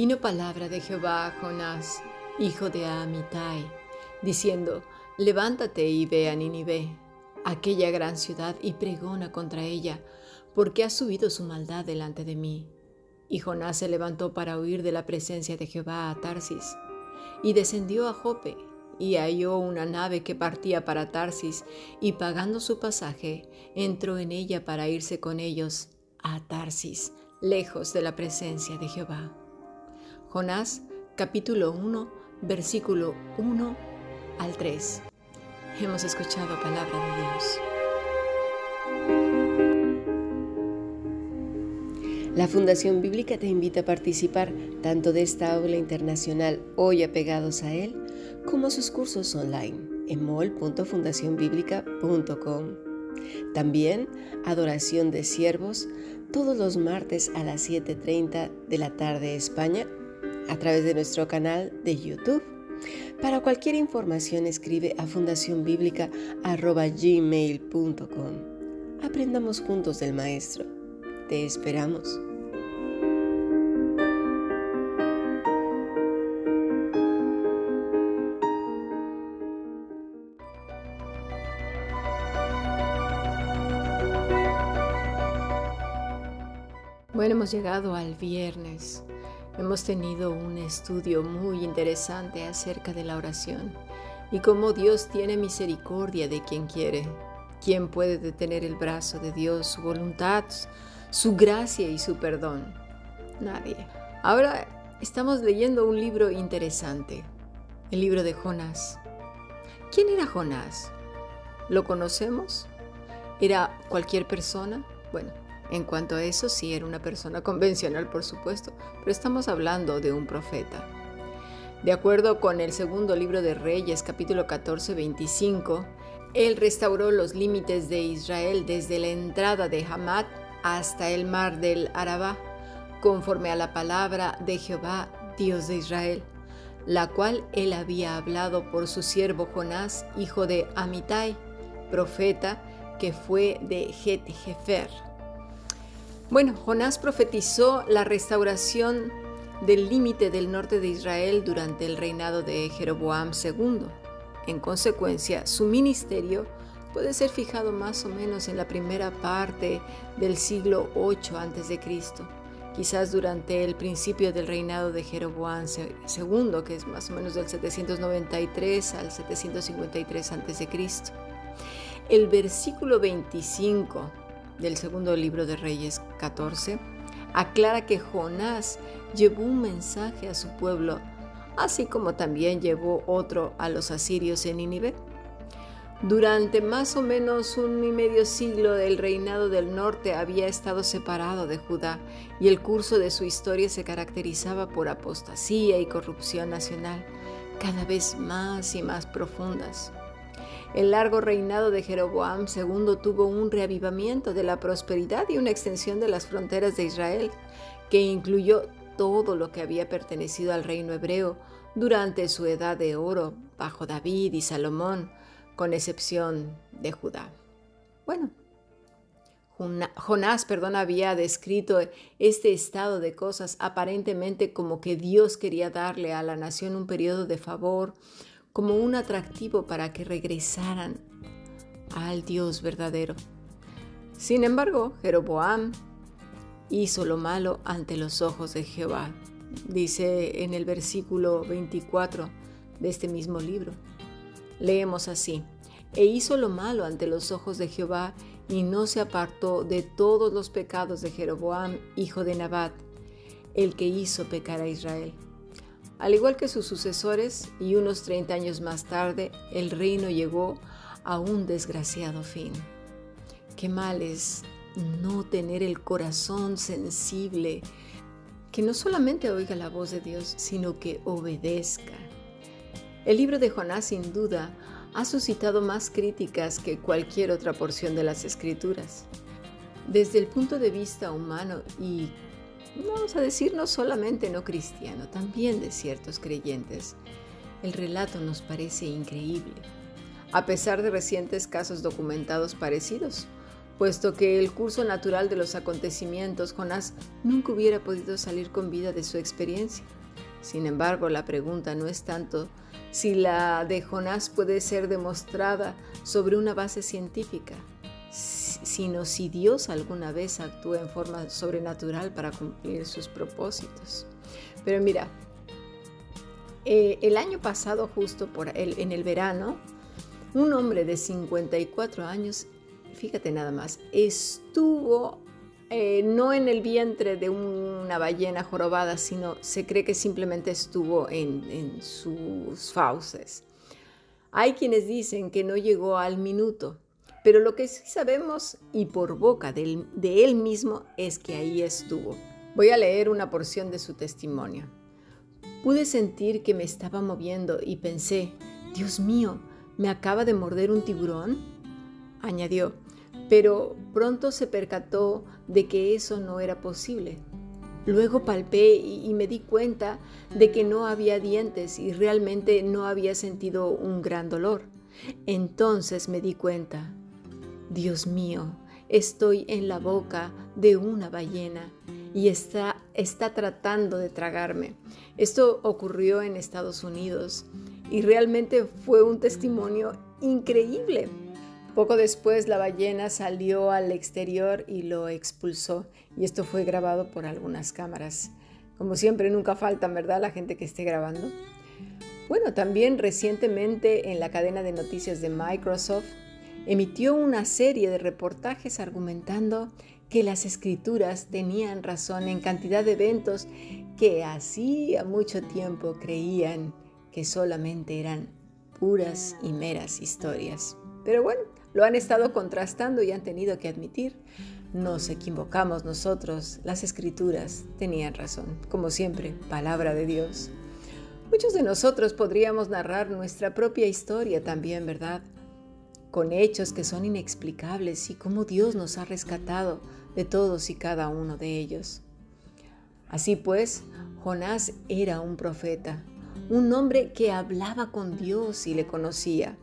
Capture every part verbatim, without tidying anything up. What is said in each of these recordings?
Vino palabra de Jehová a Jonás, hijo de Amitai, diciendo: Levántate y ve a Nínive, aquella gran ciudad, y pregona contra ella, porque ha subido su maldad delante de mí. Y Jonás se levantó para huir de la presencia de Jehová a Tarsis, y descendió a Jope, y halló una nave que partía para Tarsis, y pagando su pasaje, entró en ella para irse con ellos a Tarsis, lejos de la presencia de Jehová. Jonás, capítulo uno, versículo uno al tres. Hemos escuchado palabra de Dios. La Fundación Bíblica te invita a participar tanto de esta aula internacional Hoy Apegados a Él, como sus cursos online en mol punto fundación bíblica punto com. También Adoración de Siervos todos los martes a las siete y media de la tarde España, a través de nuestro canal de YouTube. Para cualquier información escribe a fundación bíblica arroba gmail punto com. Aprendamos juntos del Maestro. Te esperamos. Bueno, hemos llegado al viernes. Hemos tenido un estudio muy interesante acerca de la oración y cómo Dios tiene misericordia de quien quiere. ¿Quién puede detener el brazo de Dios, su voluntad, su gracia y su perdón? Nadie. Ahora estamos leyendo un libro interesante, el libro de Jonás. ¿Quién era Jonás? ¿Lo conocemos? ¿Era cualquier persona? Bueno, en cuanto a eso, sí, era una persona convencional, por supuesto, pero estamos hablando de un profeta. De acuerdo con el segundo libro de Reyes, capítulo catorce, veinticinco, él restauró los límites de Israel desde la entrada de Hamat hasta el mar del Arabá, conforme a la palabra de Jehová, Dios de Israel, la cual él había hablado por su siervo Jonás, hijo de Amitai, profeta, que fue de Het-Hefer. Bueno, Jonás profetizó la restauración del límite del norte de Israel durante el reinado de Jeroboam segundo. En consecuencia, su ministerio puede ser fijado más o menos en la primera parte del siglo ocho antes de Cristo, quizás durante el principio del reinado de Jeroboam segundo, que es más o menos del setecientos noventa y tres al setecientos cincuenta y tres antes de Cristo. El versículo veinticinco del segundo libro de Reyes catorce, aclara que Jonás llevó un mensaje a su pueblo, así como también llevó otro a los asirios en Nínive. Durante más o menos un y medio siglo, el reinado del norte había estado separado de Judá y el curso de su historia se caracterizaba por apostasía y corrupción nacional, cada vez más y más profundas. El largo reinado de Jeroboam segundo tuvo un reavivamiento de la prosperidad y una extensión de las fronteras de Israel, que incluyó todo lo que había pertenecido al reino hebreo durante su edad de oro bajo David y Salomón, con excepción de Judá. Bueno, Jonás, perdón, había descrito este estado de cosas aparentemente como que Dios quería darle a la nación un periodo de favor, como un atractivo para que regresaran al Dios verdadero. Sin embargo, Jeroboam hizo lo malo ante los ojos de Jehová, dice en el versículo veinticuatro de este mismo libro. Leemos así: e hizo lo malo ante los ojos de Jehová, y no se apartó de todos los pecados de Jeroboam, hijo de Nabat, el que hizo pecar a Israel. Al igual que sus sucesores, y unos treinta años más tarde, el reino llegó a un desgraciado fin. Qué mal es no tener el corazón sensible, que no solamente oiga la voz de Dios, sino que obedezca. El libro de Jonás, sin duda, ha suscitado más críticas que cualquier otra porción de las Escrituras. Desde el punto de vista humano y vamos a decir no solamente no cristiano, también de ciertos creyentes, el relato nos parece increíble, a pesar de recientes casos documentados parecidos, Puesto que el curso natural de los acontecimientos, Jonás nunca hubiera podido salir con vida de su experiencia. Sin embargo, la pregunta no es tanto si la de Jonás puede ser demostrada sobre una base científica, sino si Dios alguna vez actúa en forma sobrenatural para cumplir sus propósitos. Pero mira, eh, el año pasado, justo por el, en el verano, un hombre de cincuenta y cuatro años, fíjate nada más, estuvo eh, no en el vientre de una ballena jorobada, sino se cree que simplemente estuvo en, en sus fauces. Hay quienes dicen que no llegó al minuto, pero lo que sí sabemos, y por boca de él, de él mismo, es que ahí estuvo. Voy a leer una porción de su testimonio. Pude sentir que me estaba moviendo y pensé, Dios mío, ¿me acaba de morder un tiburón? Añadió, pero pronto se percató de que eso no era posible. Luego palpé y, y me di cuenta de que no había dientes y realmente no había sentido un gran dolor. Entonces me di cuenta, Dios mío, estoy en la boca de una ballena y está, está tratando de tragarme. Esto ocurrió en Estados Unidos y realmente fue un testimonio increíble. Poco después la ballena salió al exterior y lo expulsó, y esto fue grabado por algunas cámaras. Como siempre, nunca faltan, ¿verdad?, la gente que esté grabando. Bueno, también recientemente en la cadena de noticias de Microsoft emitió una serie de reportajes argumentando que las escrituras tenían razón en cantidad de eventos que hacía mucho tiempo creían que solamente eran puras y meras historias. Pero bueno, lo han estado contrastando y han tenido que admitir, nos equivocamos nosotros, las escrituras tenían razón. Como siempre, palabra de Dios. Muchos de nosotros podríamos narrar nuestra propia historia también, ¿verdad? Con hechos que son inexplicables y cómo Dios nos ha rescatado de todos y cada uno de ellos. Así pues, Jonás era un profeta, un hombre que hablaba con Dios y le conocía.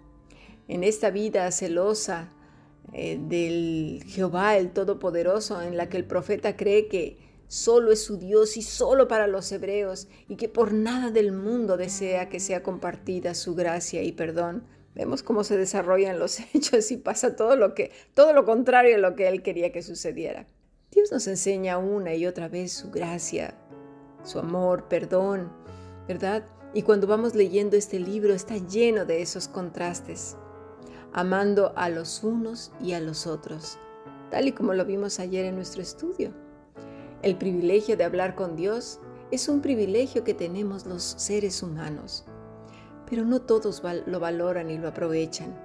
En esta vida celosa eh, del Jehová el Todopoderoso, en la que el profeta cree que solo es su Dios y solo para los hebreos, y que por nada del mundo desea que sea compartida su gracia y perdón, vemos cómo se desarrollan los hechos y pasa todo lo que, todo lo contrario a lo que él quería que sucediera. Dios nos enseña una y otra vez su gracia, su amor, perdón, ¿verdad? Y cuando vamos leyendo este libro está lleno de esos contrastes, amando a los unos y a los otros, tal y como lo vimos ayer en nuestro estudio. El privilegio de hablar con Dios es un privilegio que tenemos los seres humanos, pero no todos lo valoran y lo aprovechan.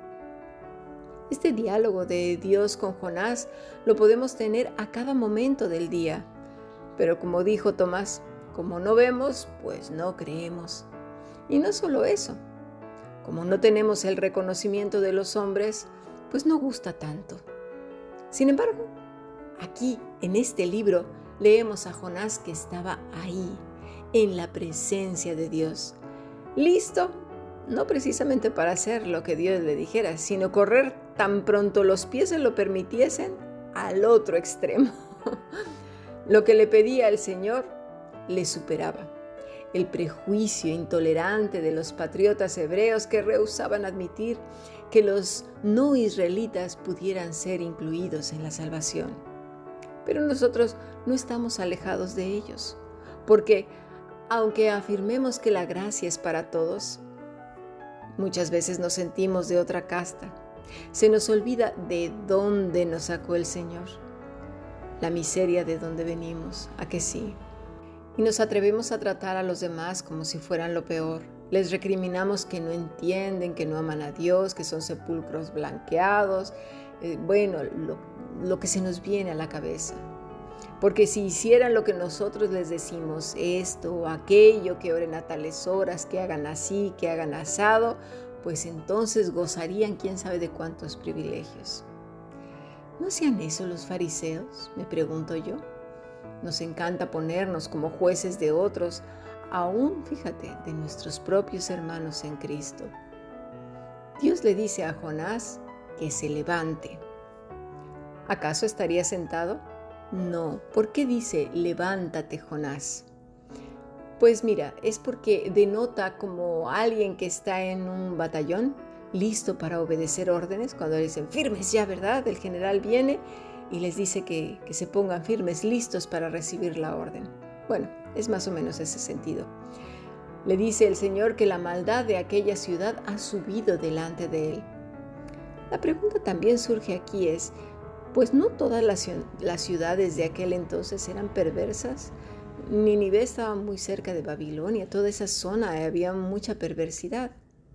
Este diálogo de Dios con Jonás lo podemos tener a cada momento del día, pero como dijo Tomás, como no vemos, pues no creemos. Y no solo eso, como no tenemos el reconocimiento de los hombres, pues no gusta tanto. Sin embargo, aquí, en este libro, leemos a Jonás que estaba ahí, en la presencia de Dios, listo, no precisamente para hacer lo que Dios le dijera, sino correr tan pronto los pies se lo permitiesen al otro extremo. Lo que le pedía al Señor le superaba. El prejuicio intolerante de los patriotas hebreos que rehusaban admitir que los no israelitas pudieran ser incluidos en la salvación. Pero nosotros no estamos alejados de ellos, porque aunque afirmemos que la gracia es para todos, muchas veces nos sentimos de otra casta. Se nos olvida de dónde nos sacó el Señor, la miseria de donde venimos, ¿a que sí? Y nos atrevemos a tratar a los demás como si fueran lo peor. Les recriminamos que no entienden, que no aman a Dios, que son sepulcros blanqueados. Eh, bueno, lo, lo que se nos viene a la cabeza. Porque si hicieran lo que nosotros les decimos, esto o aquello, que oren a tales horas, que hagan así, que hagan asado, pues entonces gozarían quién sabe de cuántos privilegios. ¿No hacían eso los fariseos? Me pregunto yo. Nos encanta ponernos como jueces de otros, aún, fíjate, de nuestros propios hermanos en Cristo. Dios le dice a Jonás que se levante. ¿Acaso estaría sentado? No. ¿Por qué dice, levántate, Jonás? Pues mira, es porque denota como alguien que está en un batallón, listo para obedecer órdenes, cuando le dicen, firmes ya, ¿verdad? El general viene y les dice que, que se pongan firmes, listos para recibir la orden. Bueno, es más o menos ese sentido. Le dice el Señor que la maldad de aquella ciudad ha subido delante de él. La pregunta también surge aquí es, pues no todas las, las ciudades de aquel entonces eran perversas. Nínive estaba muy cerca de Babilonia, toda esa zona había mucha perversidad.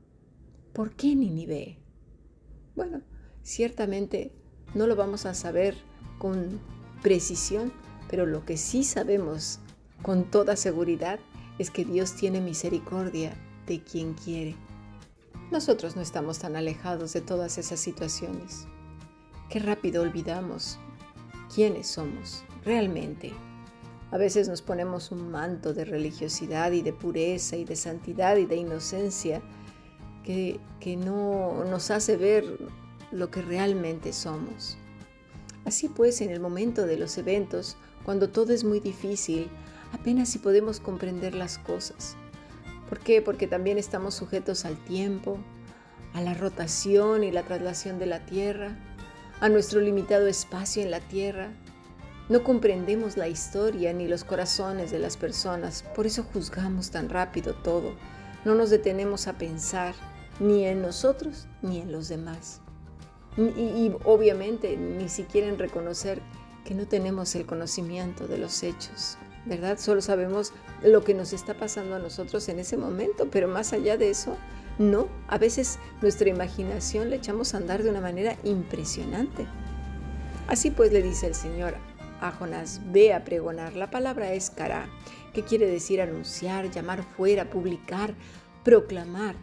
¿Por qué Nínive? Bueno, ciertamente no lo vamos a saber con precisión, pero lo que sí sabemos con toda seguridad es que Dios tiene misericordia de quien quiere. Nosotros no estamos tan alejados de todas esas situaciones. Qué rápido olvidamos quiénes somos realmente. A veces nos ponemos un manto de religiosidad y de pureza y de santidad y de inocencia que, que no nos hace ver lo que realmente somos. Así pues, en el momento de los eventos, cuando todo es muy difícil, apenas si podemos comprender las cosas. ¿Por qué? Porque también estamos sujetos al tiempo, a la rotación y la traslación de la tierra, a nuestro limitado espacio en la tierra. No comprendemos la historia ni los corazones de las personas, por eso juzgamos tan rápido todo. No nos detenemos a pensar ni en nosotros ni en los demás. Y, y obviamente ni siquiera en reconocer que no tenemos el conocimiento de los hechos, ¿verdad? Solo sabemos lo que nos está pasando a nosotros en ese momento, pero más allá de eso, no. A veces nuestra imaginación le echamos a andar de una manera impresionante. Así pues le dice el Señor a Jonás, ve a pregonar. La palabra es cará, que quiere decir anunciar, llamar fuera, publicar, proclamar.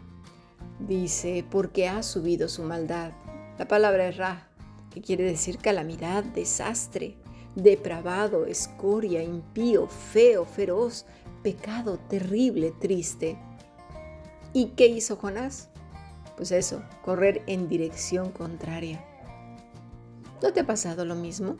Dice, porque ha subido su maldad. La palabra es ra, que quiere decir calamidad, desastre, depravado, escoria, impío, feo, feroz, pecado, terrible, triste. ¿Y qué hizo Jonás? Pues eso, correr en dirección contraria. ¿No te ha pasado lo mismo?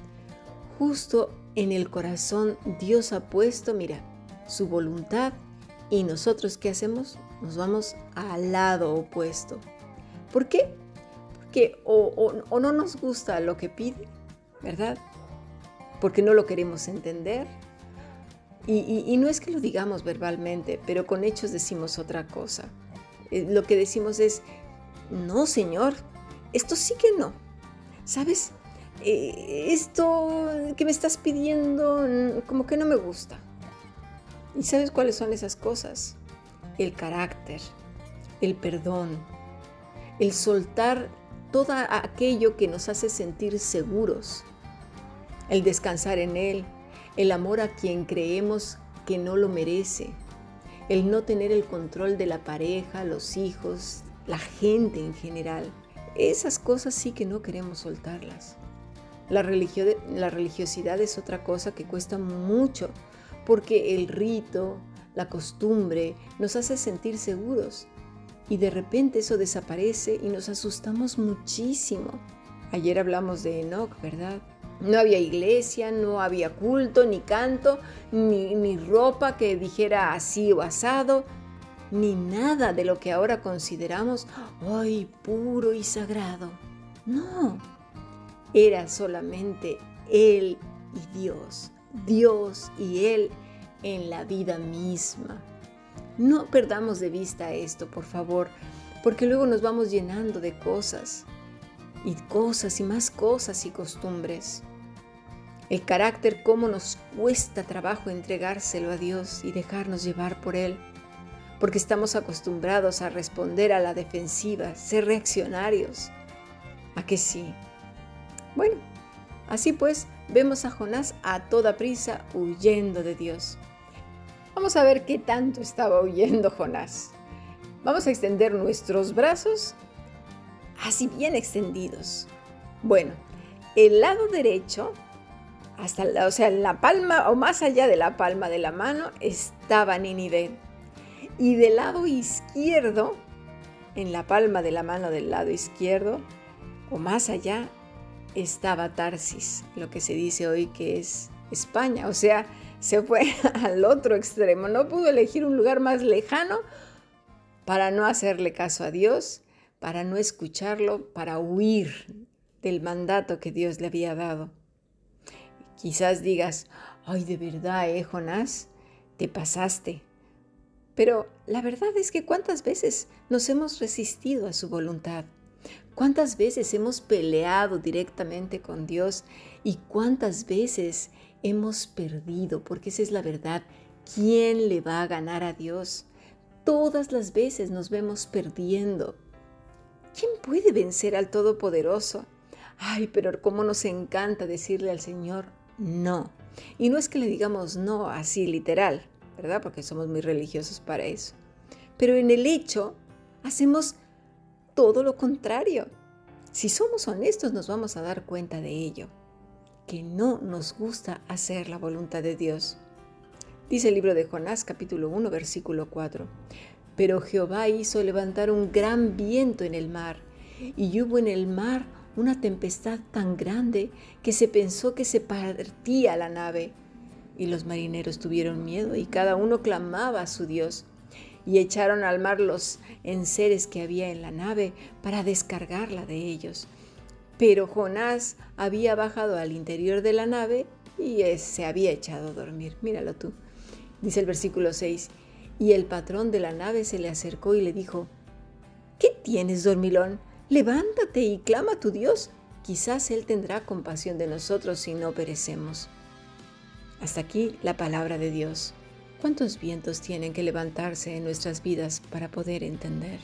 Justo en el corazón Dios ha puesto, mira, su voluntad, y nosotros ¿qué hacemos? Nos vamos al lado opuesto. ¿Por qué? Porque o, o, o no nos gusta lo que pide, ¿verdad? Porque no lo queremos entender. Y, y, y no es que lo digamos verbalmente, pero con hechos decimos otra cosa. Eh, lo que decimos es, no, Señor, esto sí que no. ¿Sabes? Eh, esto que me estás pidiendo como que no me gusta. ¿Y sabes cuáles son esas cosas? El carácter, el perdón, el soltar todo aquello que nos hace sentir seguros, el descansar en Él, el amor a quien creemos que no lo merece, el no tener el control de la pareja, los hijos, la gente en general. Esas cosas sí que no queremos soltarlas. La, religio- la religiosidad es otra cosa que cuesta mucho, porque el rito, la costumbre, nos hace sentir seguros. Y de repente eso desaparece y nos asustamos muchísimo. Ayer hablamos de Enoc, ¿verdad? No había iglesia, no había culto, ni canto, ni, ni ropa que dijera así o asado, ni nada de lo que ahora consideramos, ¡ay, puro y sagrado! No, era solamente Él y Dios, Dios y Él en la vida misma. No perdamos de vista esto, por favor, porque luego nos vamos llenando de cosas, y cosas y más cosas y costumbres. El carácter, cómo nos cuesta trabajo entregárselo a Dios y dejarnos llevar por Él, porque estamos acostumbrados a responder a la defensiva, ser reaccionarios. ¿A que sí? Bueno, así pues, vemos a Jonás a toda prisa huyendo de Dios. Vamos a ver qué tanto estaba huyendo Jonás. Vamos a extender nuestros brazos así bien extendidos. Bueno, el lado derecho, hasta la, o sea, la palma o más allá de la palma de la mano, estaba Nínive. Y del lado izquierdo, en la palma de la mano del lado izquierdo, o más allá, estaba Tarsis, lo que se dice hoy que es España. O sea, se fue al otro extremo. No pudo elegir un lugar más lejano para no hacerle caso a Dios, para no escucharlo, para huir del mandato que Dios le había dado. Quizás digas, ay, de verdad, ¿eh, Jonás? Te pasaste. Pero la verdad es que cuántas veces nos hemos resistido a su voluntad, cuántas veces hemos peleado directamente con Dios y cuántas veces hemos perdido, porque esa es la verdad. ¿Quién le va a ganar a Dios? Todas las veces nos vemos perdiendo. ¿Quién puede vencer al Todopoderoso? Ay, pero cómo nos encanta decirle al Señor no. Y no es que le digamos no así literal, ¿verdad? Porque somos muy religiosos para eso. Pero en el hecho hacemos todo lo contrario. Si somos honestos nos vamos a dar cuenta de ello, que no nos gusta hacer la voluntad de Dios. Dice el libro de Jonás, capítulo uno, versículo cuatro. Pero Jehová hizo levantar un gran viento en el mar, y hubo en el mar una tempestad tan grande que se pensó que se partía la nave. Y los marineros tuvieron miedo y cada uno clamaba a su Dios. Y echaron al mar los enseres que había en la nave para descargarla de ellos. Pero Jonás había bajado al interior de la nave y se había echado a dormir. Míralo tú. Dice el versículo seis. Y el patrón de la nave se le acercó y le dijo, ¿qué tienes, dormilón? Levántate y clama a tu Dios. Quizás Él tendrá compasión de nosotros si no perecemos. Hasta aquí la palabra de Dios. ¿Cuántos vientos tienen que levantarse en nuestras vidas para poder entender?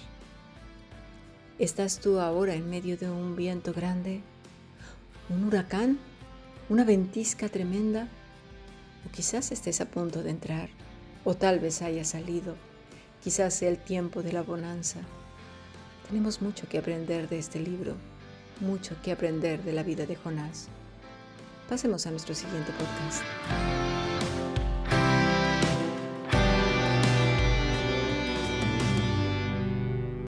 ¿Estás tú ahora en medio de un viento grande? ¿Un huracán? ¿Una ventisca tremenda? O quizás estés a punto de entrar, o tal vez haya salido. Quizás sea el tiempo de la bonanza. Tenemos mucho que aprender de este libro, mucho que aprender de la vida de Jonás. Pasemos a nuestro siguiente podcast.